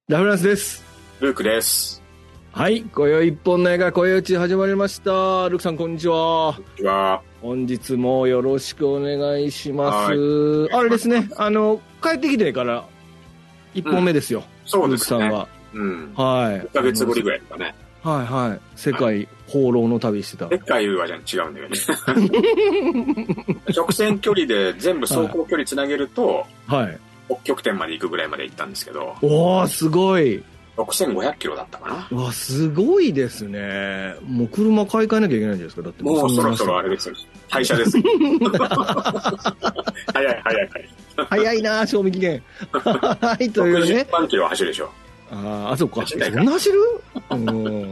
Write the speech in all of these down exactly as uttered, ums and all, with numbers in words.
ラフランスです。 ルークです。 はい、今宵一本の映画声打ち始まりました。ルークさんこんにちは。 こんにちは。 本日もよろしくお願いします。あれですね、あの帰ってきてから一本目ですよ。うん、 そうですね。 ルークさんは。 うん。 はい。 いっかげつぶりぐらいとかね。 はいはい。世界放浪の旅してた。 世界はじゃ違うんだよね。直線距離で全部走行距離つなげると、はい。北極点まで行くぐらいまで行ったんですけど。 おー、すごい。 ろくせんごひゃくキロだったかな。 うわ、すごいですね。もう車買い替えなきゃいけないんじゃないですか。だってもうそろそろあれですよ。廃車です。早い早い早い。 早いな、賞味期限。はい、というね。 ろくじゅうまんキロ走るでしょ。 ああ、そっか。そんな走る？うん。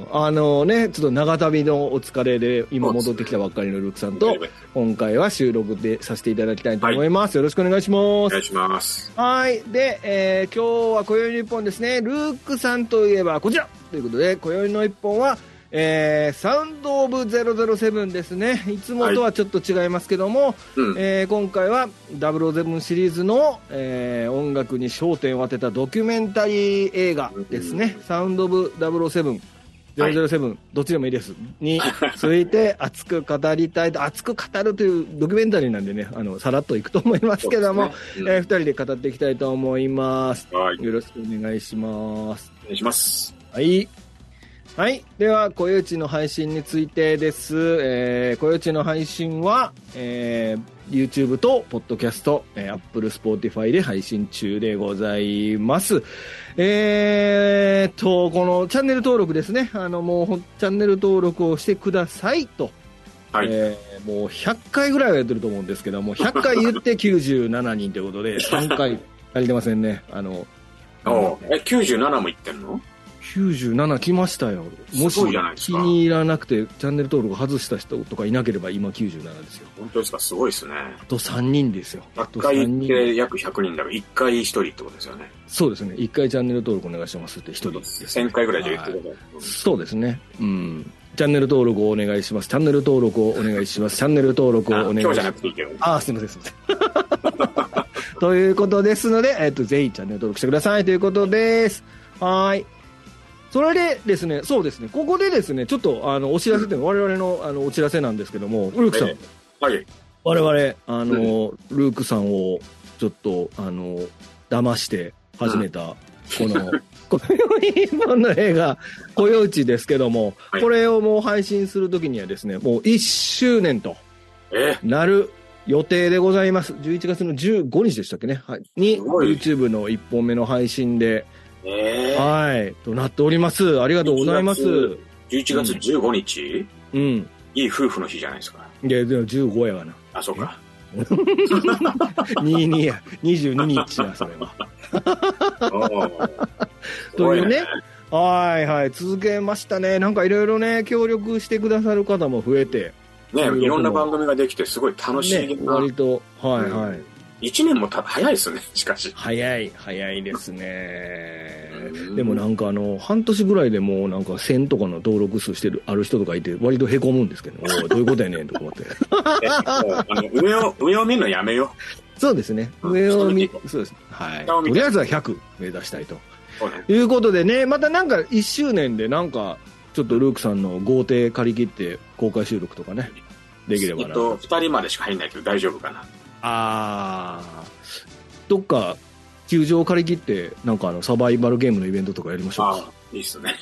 あのね、ちょっと長旅のお疲れで今戻ってきたばっかりのルークさんと、今回は収録でさせていただきたいと思います。はい、よろしくお願いします。お願いします。 はい。で、えー、今日は今宵の一本ですね。ルークさんといえばこちらということで、今宵の一本は、えー、サウンドオブゼロゼロセブンですね。いつもとはちょっと違いますけども、はいうんえー、今回はダブルオーセブンシリーズの、えー、音楽に焦点を当てたドキュメンタリー映画ですね。うん、サウンドオブダブルオーセブン、ゼロゼロセブン、はい、どっちでもいいです。について熱く語りたいと、熱く語るというドキュメンタリーなんでね、あの、さらっといくと思いますけども、ねうんえー、ふたりで語っていきたいと思います。はい、よろしくお願いします。 お願いします。 はい。はい。では、こよいちの配信についてです。えー、こよいちの配信は、えー、YouTube と Podcast、えー、Apple、Spotify で配信中でございます。えーと、このチャンネル登録ですね。あの、もう、チャンネル登録をしてくださいと。はい。えー、もうひゃっかいぐらいはやってると思うんですけども、ひゃっかい言ってきゅうじゅうななにんということで、さんかい足りてませんね。あの、 おえ、きゅうじゅうななも言ってんのきゅうじゅうなな来ましたよ。もし気に入らなくてチャンネル登録外した人とかいなければ今きゅうじゅうななですよ。 本当ですか？すごいですね。 あとさんにんですよ。 ひゃっかいって約ひゃくにんだからいっかいひとりってことですよね。 そうですね。いっかいチャンネル登録お願いしますってひとりです、ね。 せんかいぐらいで言ってください。はい、 そうですね。うん。チャンネル登録をお願いします。チャンネル登録をお願いします。チャンネル登録をお願いします。 今日じゃなくていいけど。 ああ、すみませんすみません。ということですので、えっと、ぜひチャンネル登録してくださいということです。はい。それでですね、そうですね、ここでですね、ちょっとあのお知らせというのは、我々のあのお知らせなんですけども、ルークさん、 はい、 我々あの、うん、ルークさんをちょっとあの騙して始めた、この、この一本の映画、こようちですけども、はい、これをもう配信するときにはですね、もういっしゅうねんとなる予定でございます。じゅういちがつのじゅうごにちでしたっけね、はい、に YouTube のいっぽんめの配信で。 えー、 はい。となっております。ありがとうございます。 じゅういちがつじゅうごにち、 うん。 いい夫婦の日じゃないですか。 いや、でもじゅうごやがな。 あ、そうか。 にじゅうにや。にじゅうににちや、それは。というね。はいはい。続けましたね。なんかいろいろね、協力してくださる方も増えて。 ね、いろんな番組ができて、すごい楽しい、 ね。割と、はいはい。うんいちねんもた早いですね、しかし。 早い、早いですね。でもなんかあの、半年ぐらいでもうなんかせんとかの登録数してる、ある人とかいて、割と凹むんですけど、おどういうことやねんとか思って。 あの上を、上を見るのやめよう。そうですね。上を見、そうですね。はい。とりあえずはひゃく目指したいと。ということでね、またなんかいっしゅうねんでなんか、ちょっとルークさんの豪邸借り切って公開収録とかね、できればな。 えっと、ふたりまでしか入んないけど大丈夫かな。 ああ、どっか球場を借り切ってなんかあのサバイバルゲームのイベントとかやりましょうか。 ああ、いいっすね。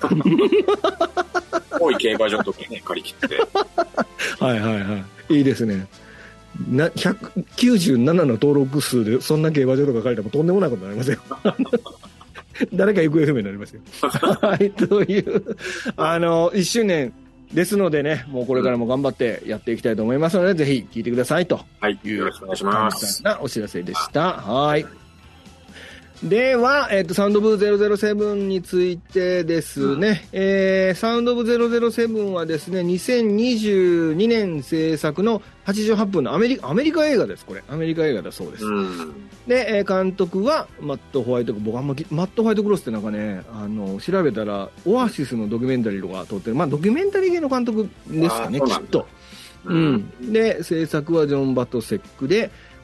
多い競馬場とかね借り切って。 はいはいはい。いいですね。なひゃくきゅうじゅうななの登録数でそんな競馬場とか借りてもとんでもないことになりますよ。誰か行方不明になりますよ。はい、というあのいっしゅうねん。ですのでね、もうこれからも頑張ってやっていきたいと思いますので、うん、ぜひ聞いてくださいという、 よろしくお願いします。 簡単なお知らせでした。はい。では、えっと、サウンドオブゼロゼロセブンについてですね、うん、えー、サウンドオブゼロゼロセブンはですね、にせんにじゅうにねん制作のはちじゅうはっぷんのアメリカ、アメリカ映画です、これ。アメリカ映画だそうです。うん、で、えー、監督はマット・ホワイト、僕あんま、マット・ホワイトクロスってなんかね、あの、調べたら、オアシスのドキュメンタリーとか撮ってる、まあ、ドキュメンタリー系の監督ですかね、きっと。うん。で、制作はジョン・バトセックで、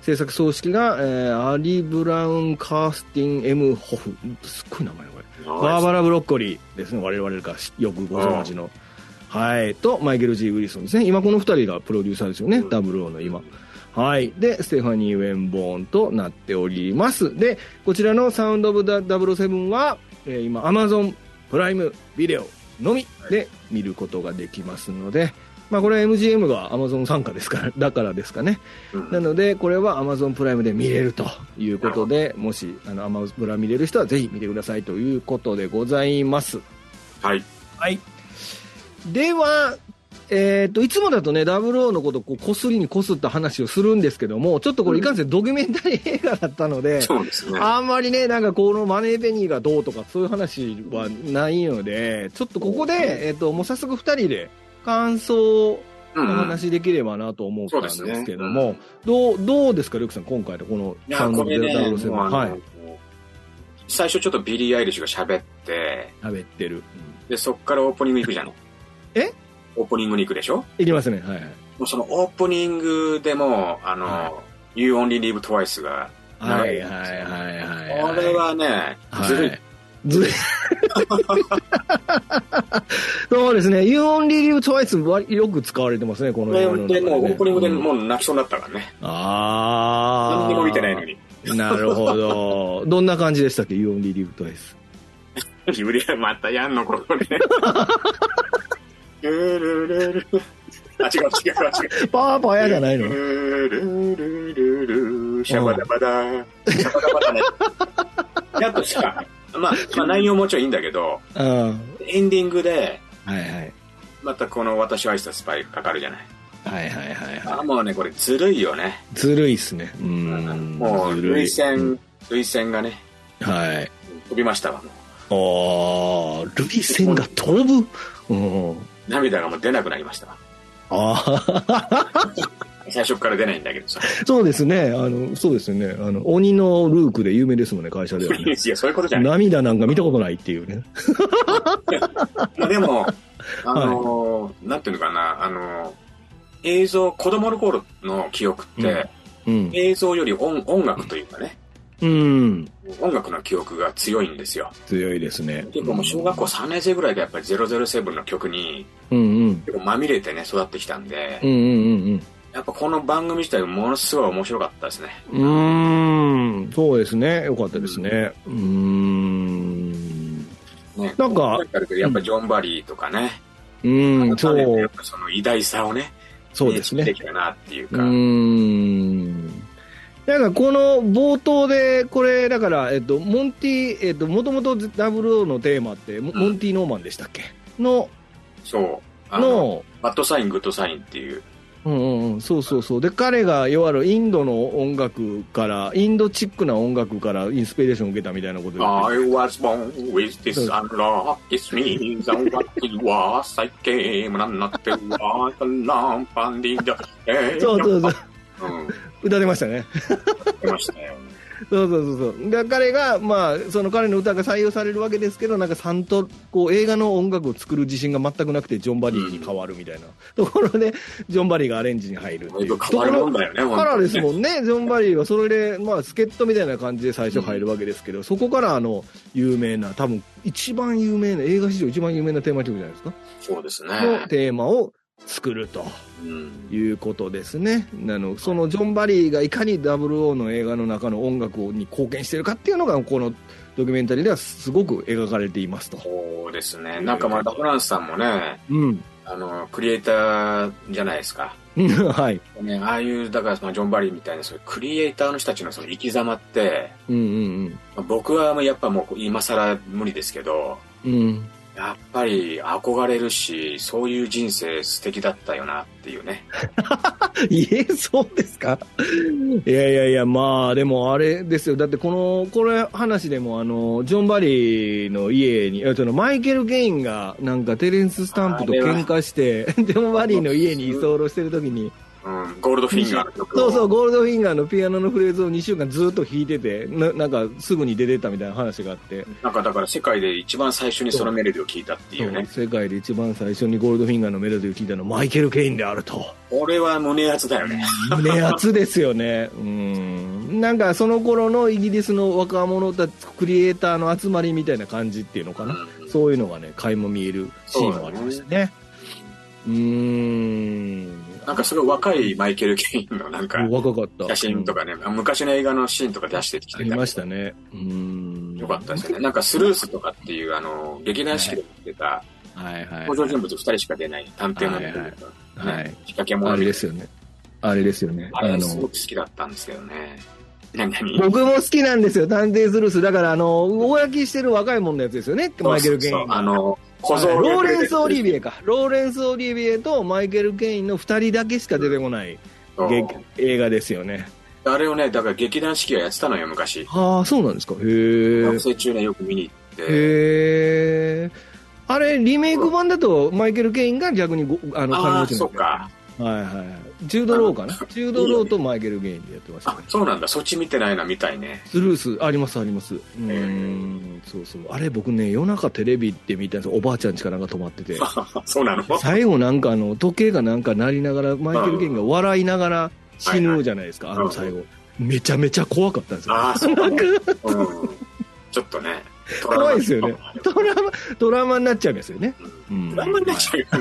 制作総指揮が、えー、アリ・ブラウン・カースティン・エム・ホフ。すっごい名前これ。バーバラ・ブロッコリーですね。我々がよくご存知の。はい。と、マイケル・ジー・ウィルソンですね。今このふたりがプロデューサーですよね。ダブルオーの今。はい。で、ステファニー・ウェンボーンとなっております。で、こちらのサウンド・オブ・ダブルセブンは、えー、今、アマゾンプライムビデオのみで見ることができますので、まあこれは エムジーエム が Amazon 参加ですから、だからですかね。うん、なので、これは Amazon プライムで見れるということで、もし、あの、Amazon プライム見れる人はぜひ見てくださいということでございます。 はい。 はい。では、えっと、いつもだとね、ダブルオーのことをこう、こすりにこすった話をするんですけども、ちょっとこれいかんせんドキュメンタリー映画だったので、 そうですね。 あんまりね、なんかこのマネーペニーがどうとかそういう話はないので、ちょっとここで、えっと、もう早速二人で感想をお話できればなと思ったんですけども、うんうんねうん、どう、どうですか、ルークさん、今回のこのサウンドゼロダブルセブン。はい。 最初ちょっとビリー・アイリッシュが喋って、 喋ってる。うん、 で、そっからオープニング行くじゃん。 えオープニングに行くでしょ？ 行きますね。はいはい。 もうそのオープニングでも、あの、はい、You Only Live Twice が流れるんですよ。はいはいはいはい。これはね、ずるい。はい、 ずるい。そうですね。You Only Live Twice よく使われてますね、この映画の中で、ね。 で、もうオープニングでもう泣きそうになったからね。 うん、ああ。 何にも見てないのに。 なるほど。どんな感じでしたっけ、You Only Live Twice。 ユリアまたやんの、これ。ルルルルあ、違う違う違う。 パーパーやじゃないの。 ルルルルルシャバダバダシャバダバダね。やっとさ、まあ、まあ内容もちろんいいんだけど、 うん、 エンディングで、 はいはい。 またこの私を愛したスパイがかかるじゃない。 はいはいはい、はい。 あ、もうね、これずるいよね。 ずるいっすね。うん。 もう、涙腺、涙腺がね、 はい。 飛びましたわ、 もう。ああ、涙腺が飛ぶ、うん、 涙がもう出なくなりました。 ああ。 最初から出ないんだけどさ。 そうですね。あの、そうですよね。あの、鬼のルークで有名ですもんね、会社では、ね。 いや、そういうことじゃない。 涙なんか見たことないっていうね。 まあでも、あの、はい、なんていうのかな、あの、映像、子供の頃の記憶って、うんうん、映像より 音, 音楽というかね、 うん、 音楽の記憶が強いんですよ。 強いですね。 結構もう小学校さんねん生ぐらいでやっぱりゼロゼロセブンの曲に、 うんうん、 結構まみれてね、育ってきたんで、 うんうんうんうん、 やっぱこの番組自体ものすごい面白かったですね。 うーん、そうですね。よかったですね。うーん。 ね、なんか、やっぱりジョン・バリーとかね。 うん、そう。 やっぱその偉大さをね、 そうですね。 できたなっていうか。 うーん。なんかこの冒頭で、これだから、えっと、モンティ、えっと、もともと ダブルオー のテーマって、モンティ・ノーマンでしたっけの、 そう。の、バッドサイン、グッドサインっていう。 うんうんうん、そうそうそう。で、彼が、いわゆるインドの音楽から、インドチックな音楽からインスピレーションを受けたみたいなことで。 I was born with this unlock, it means and what it was, I came and not the one, the lamp and the... そうそうそう。 うん、 歌ってましたね。 歌ってましたよ。 そうそうそうそう。で、彼が、まあ、その彼の歌が採用されるわけですけど、なんかさんと、こう、映画の音楽を作る自信が全くなくて、ジョン・バリーに変わるみたいな、うん、ところで、ジョン・バリーがアレンジに入るっていう。 変わるもんだよね、 からですもんね。ジョン・バリーはそれで、まあ、助っ人みたいな感じで最初入るわけですけど、うん、そこからあの、有名な、多分、一番有名な、映画史上一番有名なテーマ曲じゃないですか。 そうですね。 のテーマを作ると。うん、いうことですね。あのそのジョン・バリーがいかに ダブルオー の映画の中の音楽に貢献しているかっていうのがこのドキュメンタリーではすごく描かれていますと。 そうですね。なんかまあラフランスさんもね、 うん、あのクリエイターじゃないですか。 はい。 ね、ああいうだからそのジョン・バリーみたいなそういうクリエイターの人たちのその生き様って、 うんうんうん、 僕はやっぱもう今更無理ですけど。 うん、 やっぱり憧れるし、そういう人生素敵だったよなっていうね。 いえ、そうですか？いやいやいや、まあでもあれですよ。だってこの、これ話でもあの、ジョン・バリーの家に、そのマイケル・ゲインがなんかテレンス・スタンプと喧嘩して、ジョン・バリーの家に居候してる時に、 うん、ゴールドフィンガーの曲そうそう、ゴールドフィンガーのピアノのフレーズをにしゅうかんずっと弾いてて な, なんかすぐに出てたみたいな話があって、 なんかだから世界で一番最初にそのメロディーを聞いたっていうね。 世界で一番最初にゴールドフィンガーのメロディーを聞いたのはマイケル・ケインであると。 俺は胸熱だよね。 胸熱ですよね。うん、なんかその頃のイギリスの若者たちクリエイターの集まりみたいな感じっていうのかな、うん、そういうのがね垣間見えるシーンもありましたね。うーん、 なんかすごい若いマイケル・ケインのなんか写真とかね、うん、昔の映画のシーンとか出してきてたりありましたね。うーん、 よかったですよね。なんかスルースとかっていうあの劇団四季で出てた登場人物ふたりしか出ない探偵のね、はいはいはい、仕掛け物あれですよね。あれですよね。 あれすごく好きだったんですけどね。何々 僕も好きなんですよ、探偵スルース。だからあの公してる若いもんのやつですよね、マイケル・ケイン。 そうそう、あのローレンス・オリビエか。ローレンス・オリビエとマイケル・ケインのふたりだけしか出てこない映画ですよね。 あれをね、だから劇団四季がやってたのよ、昔。 ああ、そうなんですか。へえ。 学生中ね、よく見に行って。へえ。あれ、リメイク版だとマイケル・ケインが逆にごあの金持ちの。 ああ、そうか。 はいはい。ジュード・ローかな。ジュード・ローとマイケル・ケインでやってましたね。 あ、そうなんだ。そっち見てないな、みたいね。 スルース、ありますあります。うん、そうそう。あれ僕ね、夜中テレビって見たんですよ。おばあちゃん家かなんか泊まってて。 そうなの？ 最後なんかあの、時計がなんか鳴りながら、マイケル・ケインが笑いながら死ぬじゃないですか、はいはい、あの最後。めちゃめちゃ怖かったんですよ。 ああ、そうなんだ。うん。ちょっとね。 怖いですよね。トラマ、トラウマになっちゃうんですよね。 うん。トラウマになっちゃうよ。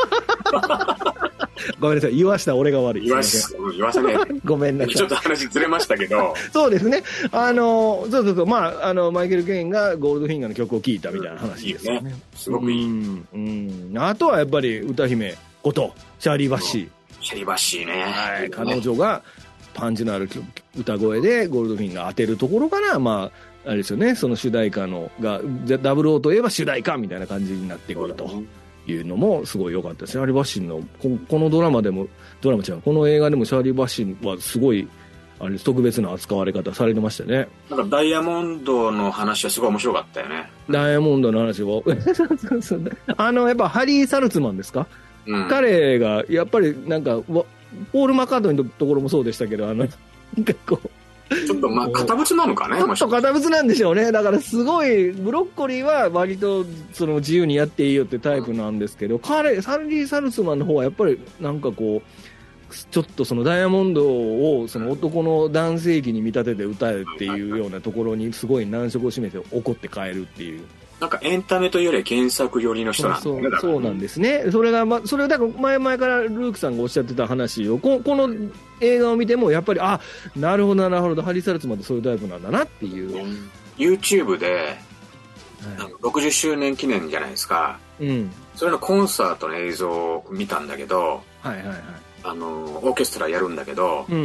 ごめんなさい。言わした俺が悪い。 言わし、言わせねえ。 ごめんなさい。 ちょっと話ずれましたけど。 そうですね。あの、そうそうそう。まあ、あの、マイケル・ケインがゴールドフィンガーの曲を聴いたみたいな話ですよね。うん、いいね。 すごくいい。 うん。うん。あとはやっぱり歌姫こと、シャーリー・バッシー。 シャーリー・バッシーね。 はい。彼女がパンチのある歌声でゴールドフィンガー当てるところから、まあ、あれですよね。その主題歌のが、ダブルオーといえば主題歌みたいな感じになってくると。いうのもすごい良かったです。シャーリー・バッシーの こ, このドラマでもドラマ違うこの映画でもシャーリー・バッシーはすごいあれ特別な扱われ方されてましたね。 なんかダイヤモンドの話はすごい面白かったよね。 ダイヤモンドの話をあのやっぱハリー・サルツマンですか、うん、彼がやっぱりなんかポール・マッカートニーのところもそうでしたけど、あのなんかこうちょっとまあ堅物なのかね。 ちょっと堅物なんでしょうね。だからすごいブロッコリーは割とその自由にやっていいよってタイプなんですけど、彼サルリー・サルツマンの方はやっぱりなんかこうちょっとそのダイヤモンドをその男の男性器に見立てて歌えっていうようなところにすごい難色を示して怒って帰るっていう。 なんかエンタメというよりは原作寄りの人なんだよね。 そう、そうなんですね。それが、ま、それをだから前々からルークさんがおっしゃってた話をこ、この映画を見てもやっぱり、あ、なるほどなるほど、ハリー・サルツマンってそういうタイプなんだなっていう。うん、 YouTube で、はい、ろくじゅっしゅうねん記念じゃないですか。うん。それのコンサートの映像を見たんだけど、はいはいはい。あのオーケストラやるんだけど、うんうんうん、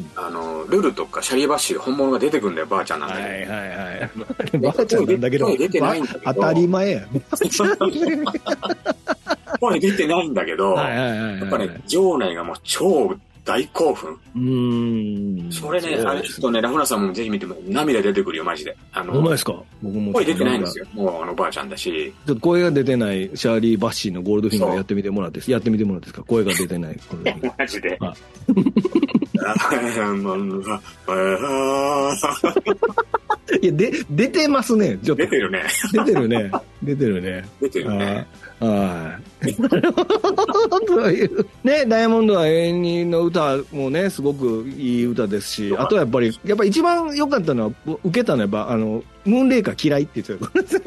あのルルとかシャリーバッシー本物が出てくるんだよ。ばあちゃんなんだけど、はいはいはいばあちゃんなんだけど出てないんだけど当たり前や声出てないんだけど、はいはいはいはい、やっぱね場内がもう超大興奮。うーん、それね、あれちょっとねラフナさんもぜひ見ても涙出てくるよマジで。あの、ほんまですか。僕も声出てないんですよ。もうあのばあちゃんだし。ちょっと声が出てないシャーリー・バッシーのゴールドフィンガーやってみてもらってやってみてもらってですか。声が出てない。 マジで。 いやで出てますね。ちょっと出てるね。 出てるね。出てるね。 出てるね。 はい。というね、ダイヤモンドは永遠の歌もねすごくいい歌ですし、あとやっぱりやっぱ一番良かったのは受けたのはやっぱあのムーンレイカー嫌いって言ってた。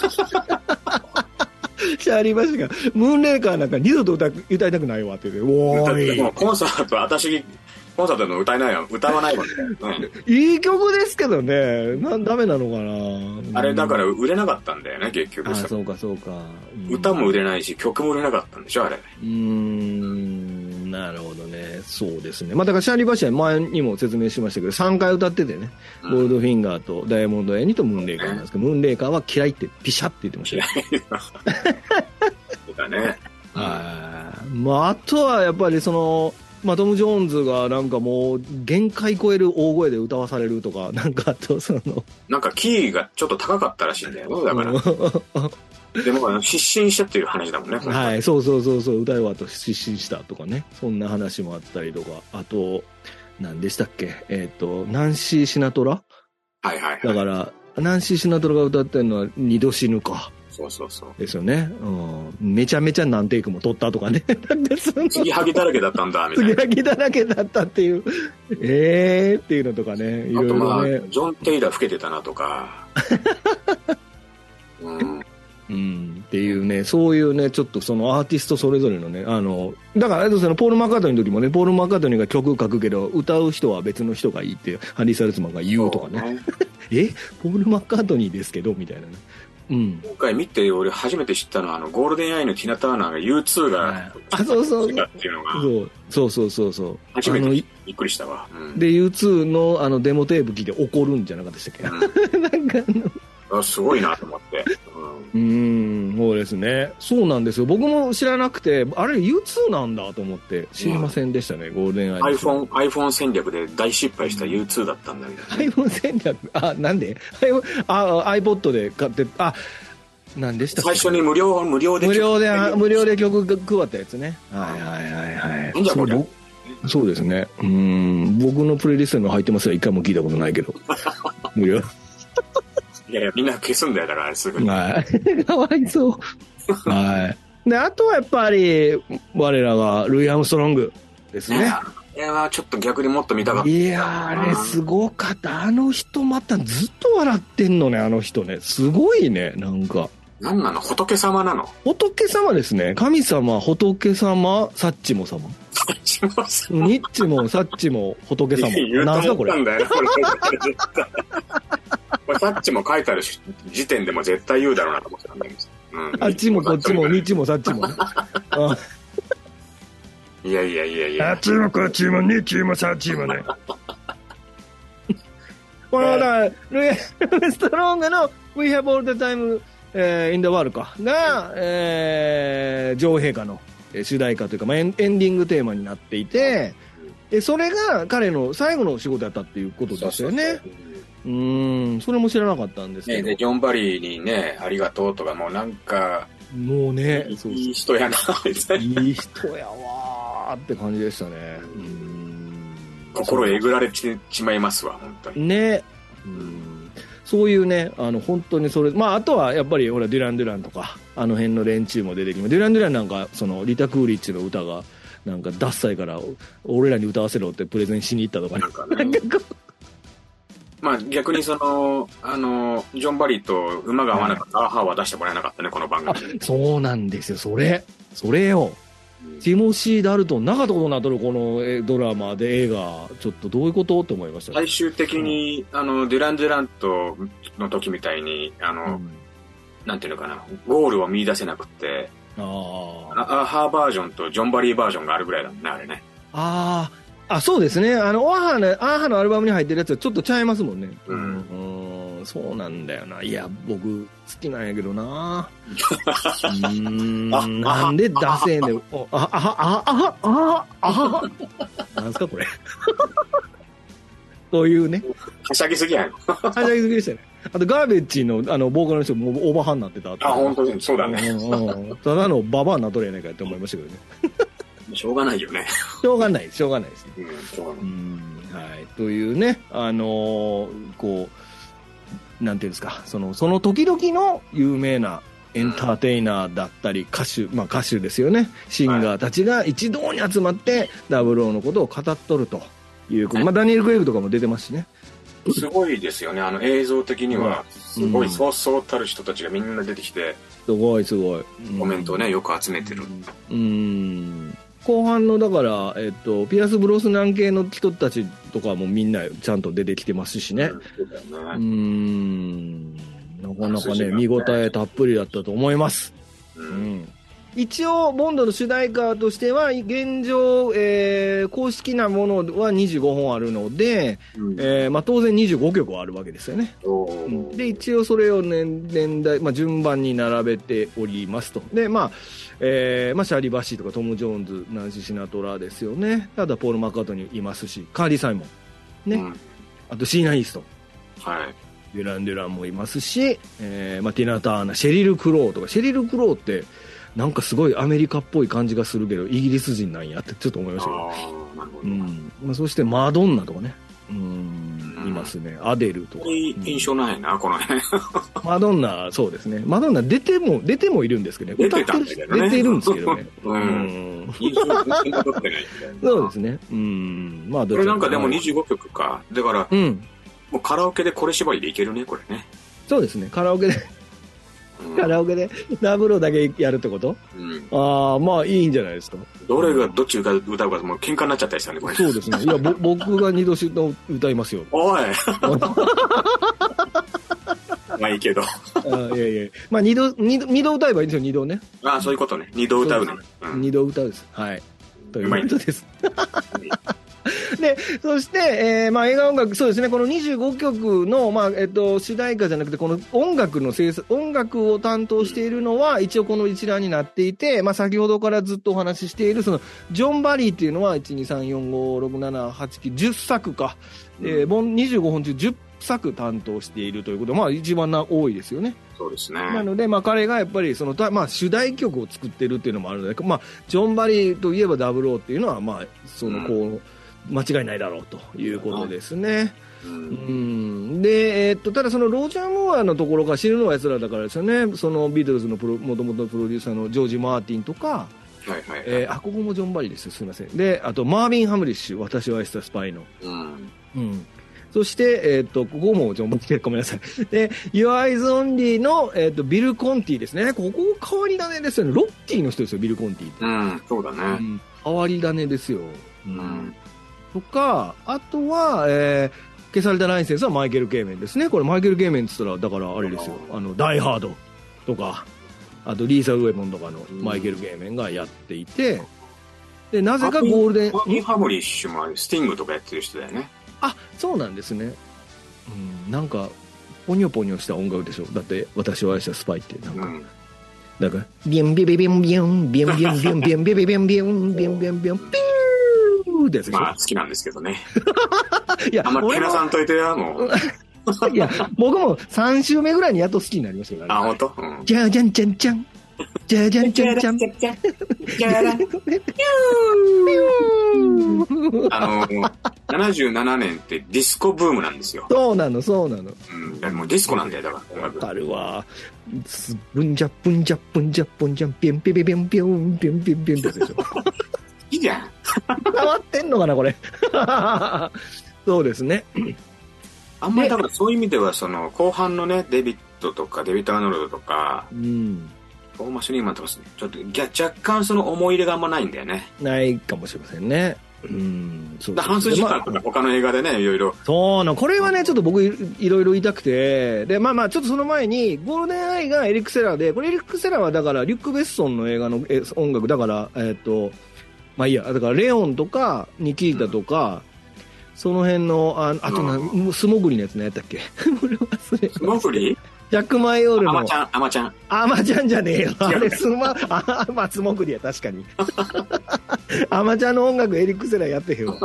シャーリー・バッシーがムーンレイカーなんか二度と 歌, 歌いたくないわって言って、おーい。 もうコンサート私コンサートの歌えないよ。歌わないわけ、 ね、いい曲ですけどね。なダメなのかな。 あれだから売れなかったんだよね結局。 あ、そうかそうか、 うん、歌も売れないし曲も売れなかったんでしょあれ。 うーん、なるほどね。そうですね。まあだからシャーリー・バッシーは前にも説明しましたけどさんかい歌っててね、うん、ゴールドフィンガーとダイヤモンド・エニとムーンレイカーなんですけど、ムーンレイカーは嫌いってピシャって言ってましたよ。 そうだね。 あ、まああとはやっぱりそのまあ、トム・ジョーンズがなんかもう限界超える大声で歌わされるとか、なんかあとそのなんかキーがちょっと高かったらしいんだよね。だからでもあの失神したっていう話だもんね。 はい、そうそうそうそう、歌い終わった失神したとかね、そんな話もあったりとか、あと何でしたっけ、えっ、ー、とナンシー・シナトラ、 はいはい、はい、 だからナンシー・シナトラが歌ってるのは二度死ぬか。 そうそうそうですよね、うん、めちゃめちゃ何テイクも撮ったとかね継ぎはぎだらけだったんだみたいな、 継ぎはぎだらけだったっていうえーっていうのとかね、いろいろね。あとまあジョン・テイラー老けてたなとかうんうん、っていうね、そういうね、ちょっとそのアーティストそれぞれのね、あの、だから、そのポール・マッカートニーの時もね、ポール・マッカートニーが曲書くけど、歌う人は別の人がいいって、ハリー・サルツマンが言うとかね。えポール・マッカートニーですけどみたいなね。うん、 今回見て、俺初めて知ったのは、あの、ゴールデンアイのティナ・ターナーが ユーツー が、はい、 あ、そうそう。 っていうのが。 そうそうそうそう。 初めてびっくりしたわ。 うん、で、ユーツー のあのデモテープ聞いて怒るんじゃなかったでしたっけ、うん、なんかあの。 あ、すごいなと思って。 うん、うん、そうですね。そうなんですよ。僕も知らなくて、あれ ユーツー なんだと思って知りませんでしたね、うん、ゴールデンアイ。 iPhone、iPhone 戦略で大失敗した ユーツー だったんだみたいな、ね。 iPhone 戦略、あ、なんであ、iPod で買って、あ、なんでしたっけ、 最初に無料、無料で。 無料で、無料で曲配ったやつね。はいはいはいはい。 なんじゃこれ。 そうですね。うん、僕のプレイリストにも入ってますが、一回も聞いたことないけど。無料。 いやいや、みんな消すんだよ、だからすぐに。 はい。かわいそう。はい。で、あとはやっぱり、我らがルイ・アームストロングですね。ね、 いや、ちょっと逆にもっと見たかった。 いや、あれすごかった。あの人またずっと笑ってんのね、あの人ね。すごいね、なんか。 なんなの、仏様なの？ 仏様ですね。神様、仏様、サッチモ様。 サッチモ様。 ニッチもサッチも仏様。 なんすかこれ。これサッチも書いてある時点でも絶対言うだろうなと思ってたんだけど、 うん、あっちもこっちもニッチもサッチも。 いやいやいやいや。 あっちもこっちもニッチもサッチもね。このだからルイ・アームストロングの We Have All the Time、えー、in the World かが、えー、女王陛下の主題歌というか、まあ、エンディングテーマになっていて、でそれが彼の最後の仕事やったっていうことですよね。そうそうそう、うーん、それも知らなかったんですけど、 ね、でジョン・バリーにね、ありがとうとか、もうなんかもうね、 いい、そうそう、いい人やなみたいな、 いい人やわーって感じでしたね。うーん、心えぐられてしまいますわ、本当にね。うん、そういうね、あの本当にそれ、まあ、あとはやっぱり俺デュラン・デュランとかあの辺の連中も出てきて、デュラン・デュランなんかそのリタ・クーリッチの歌がなんかダッサいから俺らに歌わせろってプレゼンしに行ったとかね。なんかねまあ逆にそのあのジョン・バリーと馬が合わなかった、はい、アーハーは出してもらえなかったね、この番組。 そうなんですよ、それそれよ、うん、ティモシー・ダルトンなかったことになっとるこのドラマで映画、ちょっとどういうことって思いました、ね、 最終的に、うん、あのデュラン・デュラントの時みたいにあの、うん、なんていうのかな、ゴールを見出せなくて、あアーハーバージョンとジョン・バリーバージョンがあるぐらいだもんね、あれね。 ああ、そうですね。あの、アーハの、アーハのアルバムに入ってるやつはちょっとちゃいますもんね。うん。うん、そうなんだよな。いや、僕、好きなんやけどな。うーん、なんで出せんねん。あ、あ、あ、あ、あ、あ、あ、なんすかこれ。というね。 はしゃぎすぎやん。 はしゃぎすぎでしたね。あと、ガーベッジの、あの、ボーカルの人もオーバーハンになってた。 あ、本当に、そうだね。 うん、ただのババアになっとるやないかって思いましたけどね。 しょうがないよね。 しょうがない、しょうがないですね。 うん、しょうがない。うん、 はい。というね、あのー、こう、なんていうんですか、その、その時々の有名なエンターテイナーだったり、歌手、まあ歌手ですよね。シンガーたちが一堂に集まって、ダブルオーのことを語っとるということ。まあダニエル・クレイグとかも出てますしね。 すごいですよね。あの映像的には、すごいそうそうたる人たちがみんな出てきて、 すごいすごい。 コメントをね、よく集めてる。 うん。後半のだから、えっと、ピアス・ブロスナン系の人たちとかもみんなちゃんと出てきてますしね。うん、そうだよね。うーん、なかなかね、見応えたっぷりだったと思います。うん、うん、一応ボンドの主題歌としては現状、えー、公式なものはにじゅうごほんあるので、うん、えーまあ、当然にじゅうごきょくはあるわけですよね。うん、で一応それを年、年代、まあ、順番に並べておりますと。でまあえーまあ、シャーリー・バッシーとかトム・ジョーンズ、ナンシー・シナトラですよね。ただポール・マッカートニーいますし、カーリー・サイモンね、うん、あとシーナ・イースト、 はい、 デュラン・デュランもいますし、えーまあ、ティナ・ターナー、シェリル・クローとか、シェリル・クローってなんかすごいアメリカっぽい感じがするけどイギリス人なんやってちょっと思いましたけど、うん、まあ、そしてマドンナとかね、うん、いますね。アデルとか。 いい印象ないな、この辺。 マドンナ、そうですね。マドンナ出ても、出てもいるんですけどね。 出てたんだけどね。 出てるんですけどね。うん。 印象全然残ってないみたいな。 そうですね。うん。まあ、 これなんかでもにじゅうごきょくか。だから、うん、もうカラオケでこれ縛りでいけるね、これね。 そうですね。カラオケで。カラオケでダブルだけやるってこと、うん、ああ、まあいいんじゃないですか。 どれがどっち歌うかもう喧嘩になっちゃったりしたね、これ。 そうですね。いや、ぼ僕が二度歌いますよ。 おいまあいいけど。 あ、いやいや、まあ二度、二度、二度歌えばいいんですよ、二度ね。 ああ、そういうことね。二度歌うね。 うん、二度歌うです。はい。ということです。で、そして、えー、まあ映画音楽、そうですね、このにじゅうごきょくの、まあ、えっと、主題歌じゃなくて、この音楽の制作、音楽を担当しているのは、一応この一覧になっていて、まあ先ほどからずっとお話ししている、その、ジョン・バリーっていうのは、いち、に、さん、よん、ご、ろく、なな、はち、きゅう、じゅっさくか、うん、えー、にじゅうごほん中じゅっさく担当しているということで、まあ一番な多いですよね。 そうですね。 なので、まあ彼がやっぱり、その、まあ主題曲を作ってるっていうのもあるので、まあ、ジョン・バリーといえばダブルオーっていうのは、まあ、その、こう、うん間違いないだろうということですね。うんうんで、えー、っとただそのロージャー・モアのところが知るのは奴らだからですよね。そのビートルズのもともとプロデューサーのジョージ・マーティンとか、はいはいはい、えー、あここもジョン・バリーですよ、すみません。で、あとマービン・ハムリッシュ、私を愛したスパイの、うんうん、そして、えー、っとここもジョン・バリー、ごめんなさい。で、Your Eyes Only の、えー、っとビル・コンティですね。ここ変わり種ですよね。ロッキーの人ですよ、ビル・コンティって。 うん、そうだね。うん、 変わり種ですよ。うん、とか、あとは、えー、消されたライセンスはマイケル・ケイメンですね。これマイケル・ケイメンって言ったら、だからあれですよ、あの、ダイ・ハードとか、あとリーサル・ウェポンとかのマイケル・ケイメンがやっていて、で、なぜかゴールデン。 マービン・ハムリッシュもスティングとかやってる人だよね。 あ、そうなんですね。うん、なんか、ポニョポニョした音楽でしょ。だって、私を愛したスパイって、なんか。うん、なんか、ビュンビュンビュンビュンビュンビュンビュンビュンビュンビュンビュンビュンビュンビュンビュンビュンピーまあ好きなんですけどね。いや、あんまけなさんといてや、もう。 いや、僕もさん週目ぐらいにやっと好きになりましたよ。 あ、ほんと？ じゃじゃんじゃんじゃん。じゃじゃんじゃんじゃん。じゃらら。 あの、ななじゅうななねんってディスコブームなんですよ。 そうなの、そうなの。 うん、もうディスコなんだよ、だから。 わかるわ。ブンジャブンジャブンジャブンジャピンピピピンピンピンピンピンってやつでしょ。 いいじゃん。 変わってんのかなこれ。そうですね。 あんまりだからそういう意味ではその後半のねデビッドとかデビッド・アーノルドとか、うん、トーマス・シュリーマンとかちょっと若干その思い入れがあんまないんだよね。 ないかもしれませんね。うん、 そうだ半数時間とか他の映画でねいろいろ。 そうなこれはねちょっと僕いろいろ言いたくてでまあまあちょっとその前にゴールデンアイがエリック・セラーでこれエリック・セラーはだからリュック・ベッソンの映画の音楽だからえっとまあいいや、だからレオンとかニキータとか、うん、その辺の、あ, あとな、うん、素潜りのやつ何やったっけ素潜りジャック・マイオールの。 アマちゃん、アマちゃん。 アマちゃんじゃねえよ。あれ、すま、あ、まあ、素潜りや、確かに。アマちゃんの音楽エリック・セラーやってへんわ。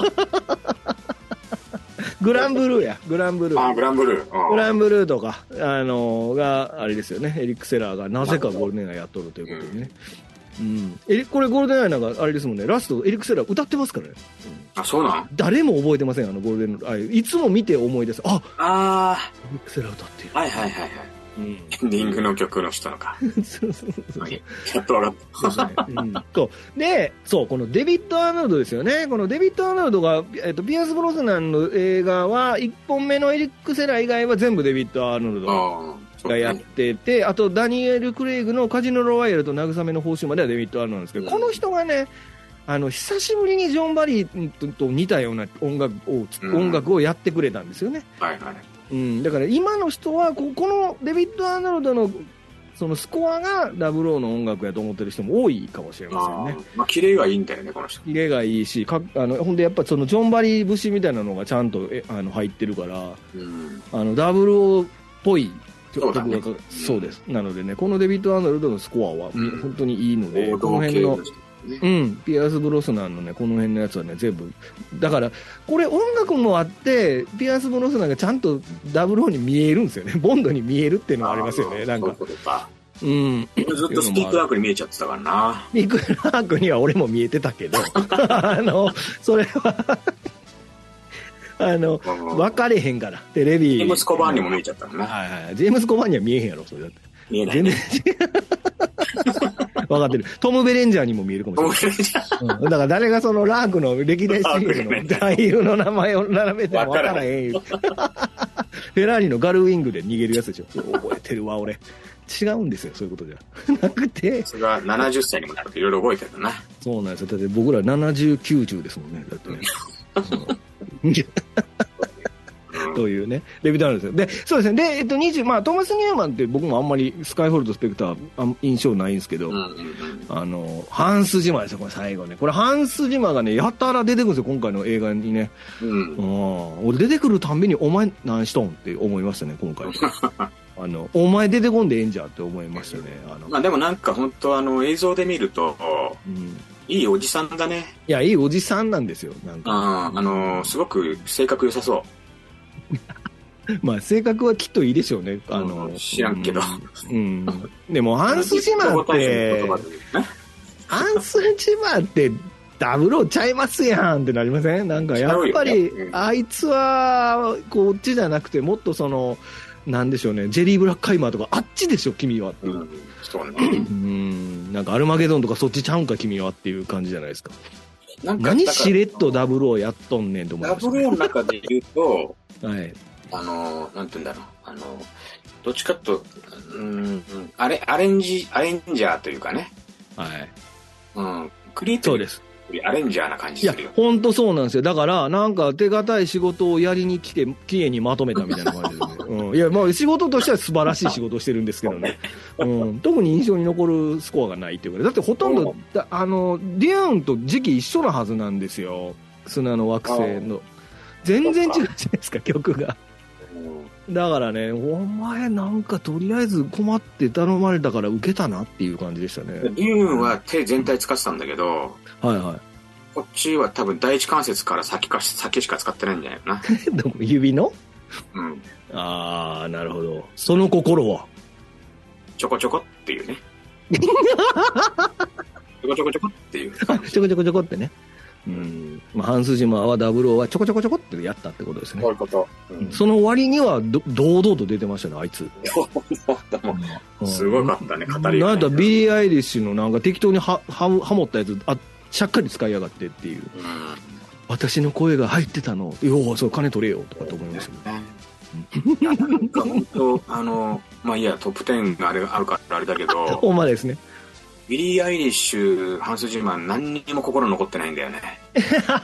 グランブルーや、グランブルー。 あ、グランブルー。 グランブルーとか、あのー、が、あれですよね、エリック・セラーがなぜかゴールデンアイやっとるということでね。うん、えこれゴールデンアイなんかあれですもんねラストエリック・セラー歌ってますからね、 うん、あそうなん誰も覚えてませんあのゴールデンアイいつも見て思い出すああエリック・セラー歌ってるはいはいはいはい、うん、エンディングの曲の人のかそうそうそう、やっと分かった、 うん、そうでそうこのデビッド・アーノルドですよねこのデビッド・アーノルドが、えっと、ピアース・ブロスナンの映画はいっぽんめのエリック・セラー以外は全部デビッド・アーノルドあがやってて、あとダニエル・クレイグのカジノ・ロワイヤルと慰めの報酬まではデビッド・アーノルドなんですけど、うん、この人がねあの久しぶりにジョン・バリーと似たような音楽を、うん、音楽をやってくれたんですよね、 はいはいうん、だから今の人はここのデビッド・アーノルドのそのスコアがダブルオーの音楽やと思ってる人も多いかもしれませんね。 あ、まあ、キレがいいんだよねこの人。 キレがいいしかあのほんでやっぱそのジョン・バリー節みたいなのがちゃんとえあの入ってるから、うん、あのダブルオーっぽいそうだね、そうです。なのでね、このデビッド・アーノルドのスコアは、うん、本当にいいので、この辺の、 ね。 うん、ピアース・ブロスナンのね、この辺のやつはね、全部。だから、これ音楽もあって、ピアース・ブロスナンがちゃんとダブルオーに見えるんですよね。ボンドに見えるっていうのがありますよね、なんか。 そういうことか。 うん。 ずっとスピークラークに見えちゃってたからな。 スピークラークには俺も見えてたけど、あの、それは、あの、分かれへんから、テレビ。 ジェームス・コバーンにも見えちゃったもんね。 はいはい。ジェームス・コバーンには見えへんやろ、それだって。 見えない、ね。全然分かってる。トム・ベレンジャーにも見えるかもしれない。うん、だから誰がそのラークの歴代シングルの俳優の名前を並べても分からへん。フェラーリのガルウィングで逃げるやつでしょ。覚えてるわ、俺。違うんですよ、そういうことじゃなくて。 それがななじゅっさいにもなるといろいろ覚えてるな。 そうなんですよ。だって僕らななじゅう、きゅうじゅうですもんね。だってね。うんというね、レビューなんですよ。で、そうですね。で、えっと、にじゅう、まあ、トーマス・ニューマンって僕もあんまりスカイフォールとスペクターあ印象ないんですけど、うんうんうん、あの、ハンス・ジマーですよ、これ最後ね。これハンス・ジマーがね、やたら出てくるんですよ、今回の映画にね。うん。俺出てくるたんびに、お前何しとんって思いましたね、今回。あの、お前出てこんでええんじゃって思いましたね。あのまあでもなんか本当あの、映像で見ると、うん、いいおじさんだね。 いや、いいおじさんなんですよ、なんか。 ああ、あのー、すごく性格良さそう。 まあ性格はきっといいでしょうね。あの、 うん、知らんけど。 うん。でもハンス・ジマーって、ハンス・ジマーってダブルオちゃいますやんってなりません？なんかやっぱり、あいつはこっちじゃなくてもっとその、なんでしょうね、ジェリー・ブラックカイマーとかあっちでしょ君はっていう。うん、そうね。うん。なんかアルマゲドンとかそっちちゃうんか君はっていう感じじゃないですか。なんか何しれっとダブルオやっとんねんと思いました、ね。 ダブルオの中で言うと、 はい。 あの、なんて言うんだろう。あの、どっちかと、うん、あれ、アレンジ、アレンジャーというかね。 はい。 うん。クリエイティブ。そうです。アレンジャーな感じするよ。 いや、ほんとそうなんですよ。だから、なんか手堅い仕事をやりに来て、きれいにまとめたみたいな感じで、ね。うん。いや、まあ仕事としては素晴らしい仕事をしてるんですけどね。うん。特に印象に残るスコアがないっていうか、だってほとんど、あの、デューンと時期一緒なはずなんですよ。砂の惑星の。全然違うじゃないですか、曲が。だからね、お前なんかとりあえず困って頼まれたから受けたなっていう感じでしたね。 デューンは手全体使ってたんだけど、 はいはい。 こっちは多分第一関節から先か先しか使ってないんじゃないかな。 でも指の？ うん。 ああ、なるほど。その心はちょこちょこっていうね。ちょこちょこちょこっていう。 ちょこちょこちょこってね。うん。まあ、ハンス・ジマーはダブルオーはちょこちょこちょこってやったってことですね。 そういうこと。 うん、その割にはど堂々と出てましたね、あいつ。 うん、すごかったね、語りが、ね。 なんかビリー・アイリッシュのなんか適当にははハモったやつ、あ、しゃっかり使いやがってっていう。うん、私の声が入ってたの。よう、そう、金取れよとかと思いますけど。 なんか本当、あの、まあいいや、トップじゅうがあれあるからあれだけど。 ほんまですね。 ビリー・アイリッシュ、ハンス・ジマン、何にも心残ってないんだよね。うん、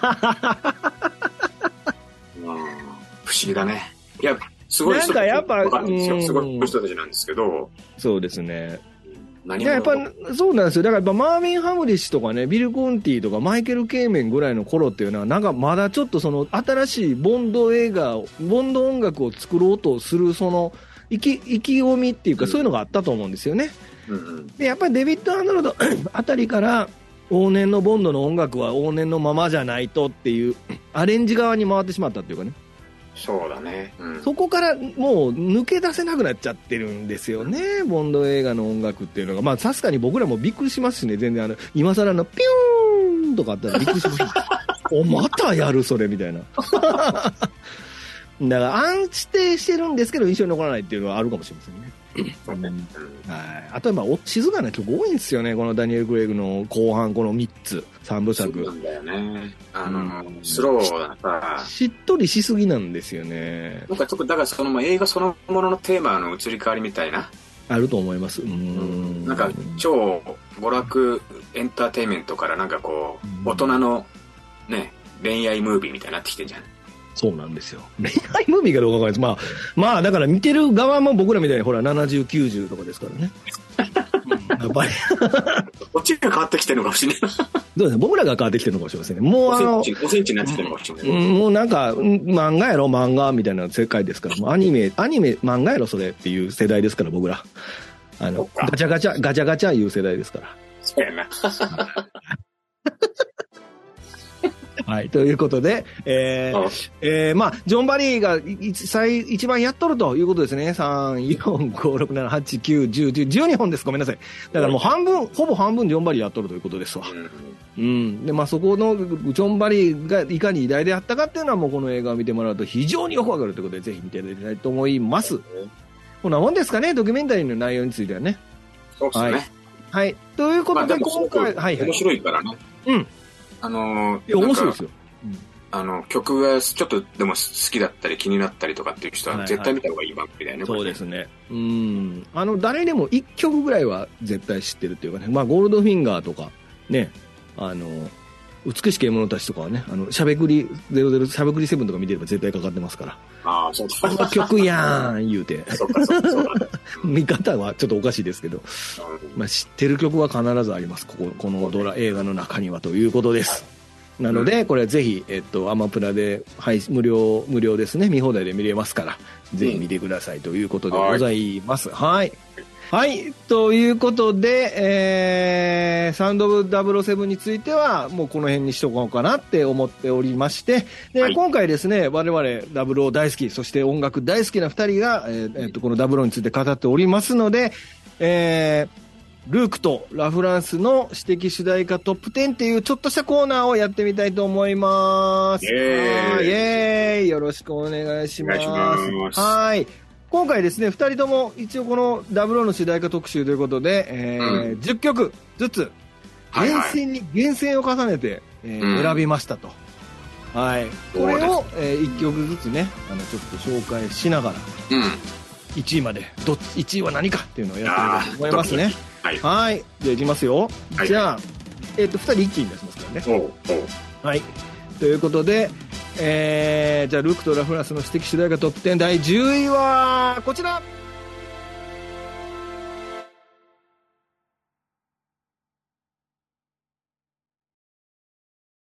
不思議だね。いや、すごい人たちなんかやっぱ、 すごい人たちなんですけど。 そうですね。 何もやっぱそうなんですよ。だからやっぱマーヴィン・ハムリッシュとかね、ビル・コンティとかマイケル・ケイメンぐらいの頃っていうのは、なんかまだちょっとその新しいボンド映画、ボンド音楽を作ろうとするその意気、意気込みっていうか、そういうのがあったと思うんですよね。うんうん、でやっぱりデビッド・アンドロードあたりから往年のボンドの音楽は往年のままじゃないとっていうアレンジ側に回ってしまったっていうかね。 そうだね、うん、 そこからもう抜け出せなくなっちゃってるんですよね、ボンド映画の音楽っていうのが。まあ確かに僕らもびっくりしますしね、全然あの今更のピューンとかあったらびっくりしますおまたやるそれみたいなだから安定してるんですけど印象に残らないっていうのはあるかもしれませんね。うん、はい。あとはまあ静かな曲多いんですよね、このダニエル・クレイグの後半このみっつさんぶさく。 そうなんだよね。あの、うん、スローだからしっとりしすぎなんですよね。 なんかちょっとだからその映画そのもののテーマの移り変わりみたいなあると思います。うん、なんか超娯楽エンターテインメントからなんかこう大人のね恋愛ムービーみたいになってきてんじゃん。 そうなんですよ。恋愛ムービーかどうかわかんないです。まあ、まあだから見てる側も僕らみたいにほらななじゅう、きゅうじゅうとかですからね。やっぱりこっちが変わってきてるのかもしれない。 そうですね。僕らが変わってきてるのかもしれませんね。もうあのごセンチになってきてるのかもしれない。 もうなんか漫画やろ漫画みたいな世界ですから。もうアニメアニメ漫画やろそれっていう世代ですから僕ら。あのガチャガチャガチャガチャいう世代ですから。 そうやな。 はい、ということで、えーえー、まあ、ジョン・バリーが一最一番やっとるということですね。さん、よん、ご、ろく、なな、はち、きゅう、じゅう、じゅう、じゅうにほんです。ごめんなさい。だからもう半分、ほぼ半分ジョン・バリーやっとるということですわ。うん。で、まあ、そこのジョン・バリーがいかに偉大であったかっていうのはもうこの映画を見てもらうと非常によくわかるということで、ぜひ見ていただきたいと思います。こんなもんですかね、ドキュメンタリーの内容についてはね。 そうですね。 はい。はい。ということで、 まあ、今回、はいはい。面白いからね。 うん。 あのー、 いや、面白いですよ。うん、 あの、曲がちょっとでも好きだったり気になったりとかっていう人は絶対見た方がいい番組だよね、 はいはい、そうですね。うん。あの、誰でもいっきょくぐらいは絶対知ってるっていうかね。まあ、ゴールドフィンガーとか、ね、あの、美しき獲物たちとかはね、あの、しゃべくりゼロゼロ、しゃべくりセブンとか見てれば絶対かかってますから。 ああ、そうです。この曲やーん、言うて。 そうか、そうか、そうか。 見方はちょっとおかしいですけど、まあ、知ってる曲は必ずあります。ここ、このドラ、映画の中にはということです。なので、これはぜひ、えっと、アマプラで、はい、無料、無料ですね。見放題で見れますから、ぜひ見てくださいということでございます。はい。はい。ということで、えー、サウンドオブダブルオーセブンについては、もうこの辺にしとこうかなって思っておりまして、で、はい、今回ですね、我々ダブルオー大好き、そして音楽大好きな二人が、えーえー、とこのダブルオーについて語っておりますので、えー、ルークとラ・フランスの私的主題歌トップじゅうっていうちょっとしたコーナーをやってみたいと思います。イエーイ、イエーイ、よろしくお願いします。お願いします。はい。今回ですね、二人とも一応このダブルオーの主題歌特集ということで、えーうん、じゅっきょくずつ厳選に厳選を重ねて、えーうん、選びましたと。はい。これを、えー、いっきょくずつね、あのちょっと紹介しながら、うん、いちいまでどっちいちいは何かっていうのをやってみたいと思いますね。はい。はい。じゃあいきますよ。はい、じゃあ、えっ、ー、と、二人一気に出しますからね。おうおう。はい。ということで、えー、じゃあ、ルークとラ・フランスの私的主題歌トップじゅうだいじゅういは、こちら